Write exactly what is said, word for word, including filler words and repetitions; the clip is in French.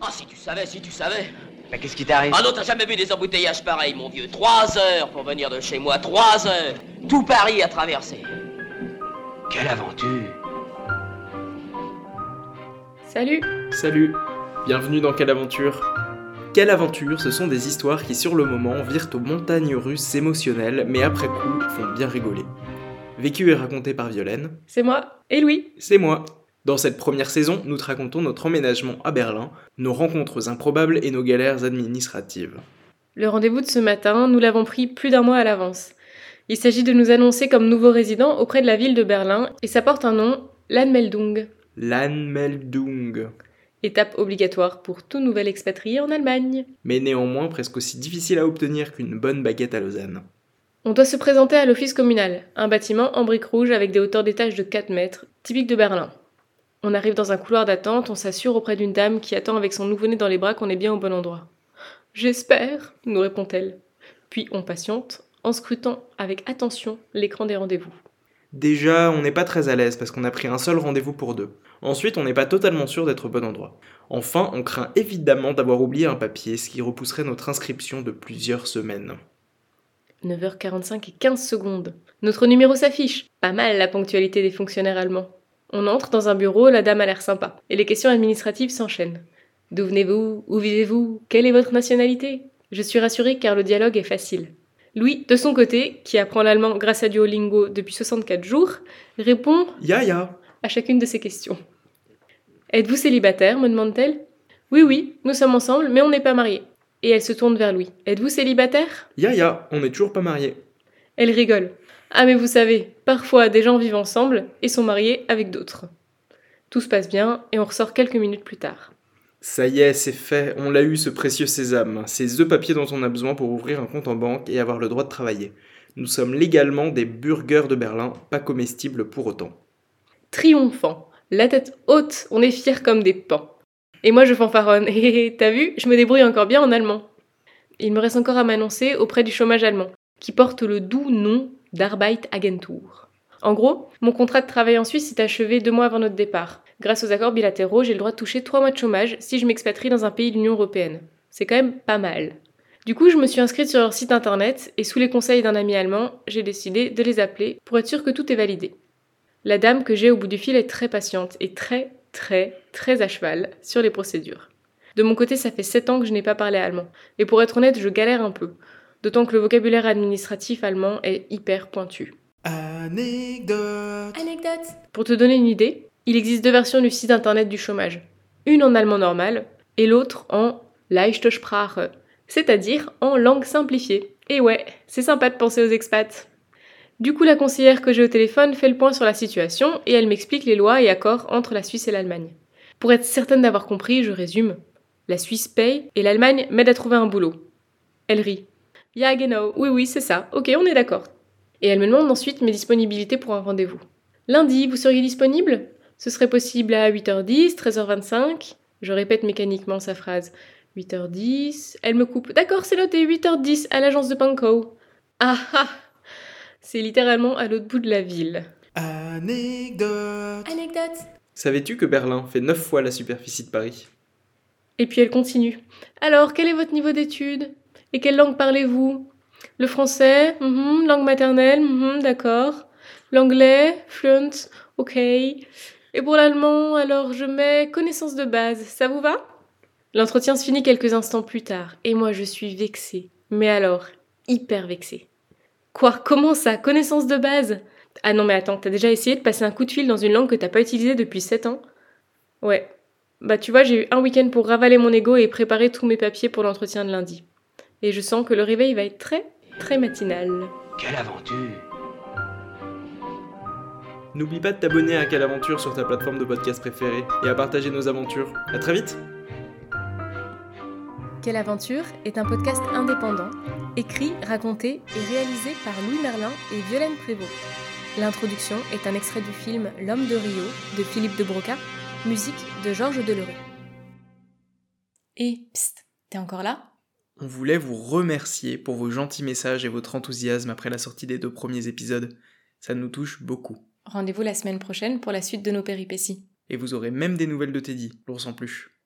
si tu savais, si tu savais. Bah qu'est-ce qui t'arrive? Ah non, t'as jamais vu des embouteillages pareils, mon vieux. Trois heures pour venir de chez moi, trois heures. Tout Paris à traverser. Quelle aventure! Salut! Salut, bienvenue dans Quelle aventure? Quelle aventure, ce sont des histoires qui sur le moment virent aux montagnes russes émotionnelles, mais après coup font bien rigoler. Vécu et raconté par Violaine. C'est moi, et Louis. C'est moi. Dans cette première saison, nous te racontons notre emménagement à Berlin, nos rencontres improbables et nos galères administratives. Le rendez-vous de ce matin, nous l'avons pris plus d'un mois à l'avance. Il s'agit de nous annoncer comme nouveaux résidents auprès de la ville de Berlin, et ça porte un nom, l'Anmeldung. L'Anmeldung. Étape obligatoire pour tout nouvel expatrié en Allemagne. Mais néanmoins presque aussi difficile à obtenir qu'une bonne baguette à Lausanne. On doit se présenter à l'office communal, un bâtiment en briques rouges avec des hauteurs d'étage de quatre mètres, typique de Berlin. On arrive dans un couloir d'attente, on s'assure auprès d'une dame qui attend avec son nouveau-né dans les bras qu'on est bien au bon endroit. « J'espère », nous répond-elle. Puis on patiente, en scrutant avec attention l'écran des rendez-vous. Déjà, on n'est pas très à l'aise parce qu'on a pris un seul rendez-vous pour deux. Ensuite, on n'est pas totalement sûr d'être au bon endroit. Enfin, on craint évidemment d'avoir oublié un papier, ce qui repousserait notre inscription de plusieurs semaines. neuf heures quarante-cinq et quinze secondes. Notre numéro s'affiche. Pas mal la ponctualité des fonctionnaires allemands. On entre dans un bureau, la dame a l'air sympa. Et les questions administratives s'enchaînent. D'où venez-vous? Où vivez-vous? Quelle est votre nationalité? Je suis rassurée car le dialogue est facile. Louis, de son côté, qui apprend l'allemand grâce à Duolingo depuis soixante-quatre jours, répond Ya ya à chacune de ces questions. Êtes-vous célibataire? Me demande-t-elle. Oui, oui, nous sommes ensemble, mais on n'est pas mariés. Et elle se tourne vers Louis. Êtes-vous célibataire? Ya ya, on n'est toujours pas mariés. Elle rigole. Ah mais vous savez, parfois des gens vivent ensemble et sont mariés avec d'autres. Tout se passe bien et on ressort quelques minutes plus tard. Ça y est, c'est fait, on l'a eu ce précieux sésame, ces deux papiers dont on a besoin pour ouvrir un compte en banque et avoir le droit de travailler. Nous sommes légalement des burgers de Berlin, pas comestibles pour autant. Triomphant, la tête haute, on est fiers comme des pans. Et moi je fanfaronne, hé hé, t'as vu, je me débrouille encore bien en allemand. Il me reste encore à m'annoncer auprès du chômage allemand, qui porte le doux nom d'Arbeitsagentur. En gros, mon contrat de travail en Suisse est achevé deux mois avant notre départ. Grâce aux accords bilatéraux, j'ai le droit de toucher trois mois de chômage si je m'expatrie dans un pays de l'Union européenne. C'est quand même pas mal. Du coup, je me suis inscrite sur leur site internet et sous les conseils d'un ami allemand, j'ai décidé de les appeler pour être sûre que tout est validé. La dame que j'ai au bout du fil est très patiente et très, très, très à cheval sur les procédures. De mon côté, ça fait sept ans que je n'ai pas parlé allemand. Et pour être honnête, je galère un peu. D'autant que le vocabulaire administratif allemand est hyper pointu. Anecdote. Anecdote. Pour te donner une idée, il existe deux versions du site internet du chômage. Une en allemand normal et l'autre en Leichte Sprache, c'est-à-dire en langue simplifiée. Et ouais, c'est sympa de penser aux expats. Du coup, la conseillère que j'ai au téléphone fait le point sur la situation et elle m'explique les lois et accords entre la Suisse et l'Allemagne. Pour être certaine d'avoir compris, je résume. La Suisse paye et l'Allemagne m'aide à trouver un boulot. Elle rit. Ja, genau, oui, oui, c'est ça. Ok, on est d'accord. Et elle me demande ensuite mes disponibilités pour un rendez-vous. Lundi, vous seriez disponible? Ce serait possible à huit heures dix, treize heures vingt-cinq. Je répète mécaniquement sa phrase. huit heures dix. Elle me coupe. D'accord, c'est noté, huit heures dix à l'agence de Pankow. Ah ah! C'est littéralement à l'autre bout de la ville. Anecdote. Anecdote. Savais-tu que Berlin fait neuf fois la superficie de Paris? Et puis elle continue. Alors, quel est votre niveau d'études? Et quelle langue parlez-vous? Le français, mm-hmm, langue maternelle, mm-hmm, d'accord. L'anglais, fluent, ok. Et pour l'allemand, alors je mets connaissance de base, ça vous va? L'entretien se finit quelques instants plus tard, et moi je suis vexée. Mais alors, hyper vexée. Quoi? Comment ça? Connaissance de base? Ah non mais attends, t'as déjà essayé de passer un coup de fil dans une langue que t'as pas utilisée depuis sept ans? Ouais. Bah tu vois, j'ai eu un week-end pour ravaler mon ego et préparer tous mes papiers pour l'entretien de lundi. Et je sens que le réveil va être très, très matinal. Quelle aventure! N'oublie pas de t'abonner à Quelle aventure sur ta plateforme de podcast préférée et à partager nos aventures. À très vite! Quelle aventure est un podcast indépendant, écrit, raconté et réalisé par Louis Merlin et Violaine Prévost. L'introduction est un extrait du film L'Homme de Rio de Philippe de Broca, musique de Georges Delerue. Et psst, t'es encore là? On voulait vous remercier pour vos gentils messages et votre enthousiasme après la sortie des deux premiers épisodes. Ça nous touche beaucoup. Rendez-vous la semaine prochaine pour la suite de nos péripéties. Et vous aurez même des nouvelles de Teddy, l'ours en peluche.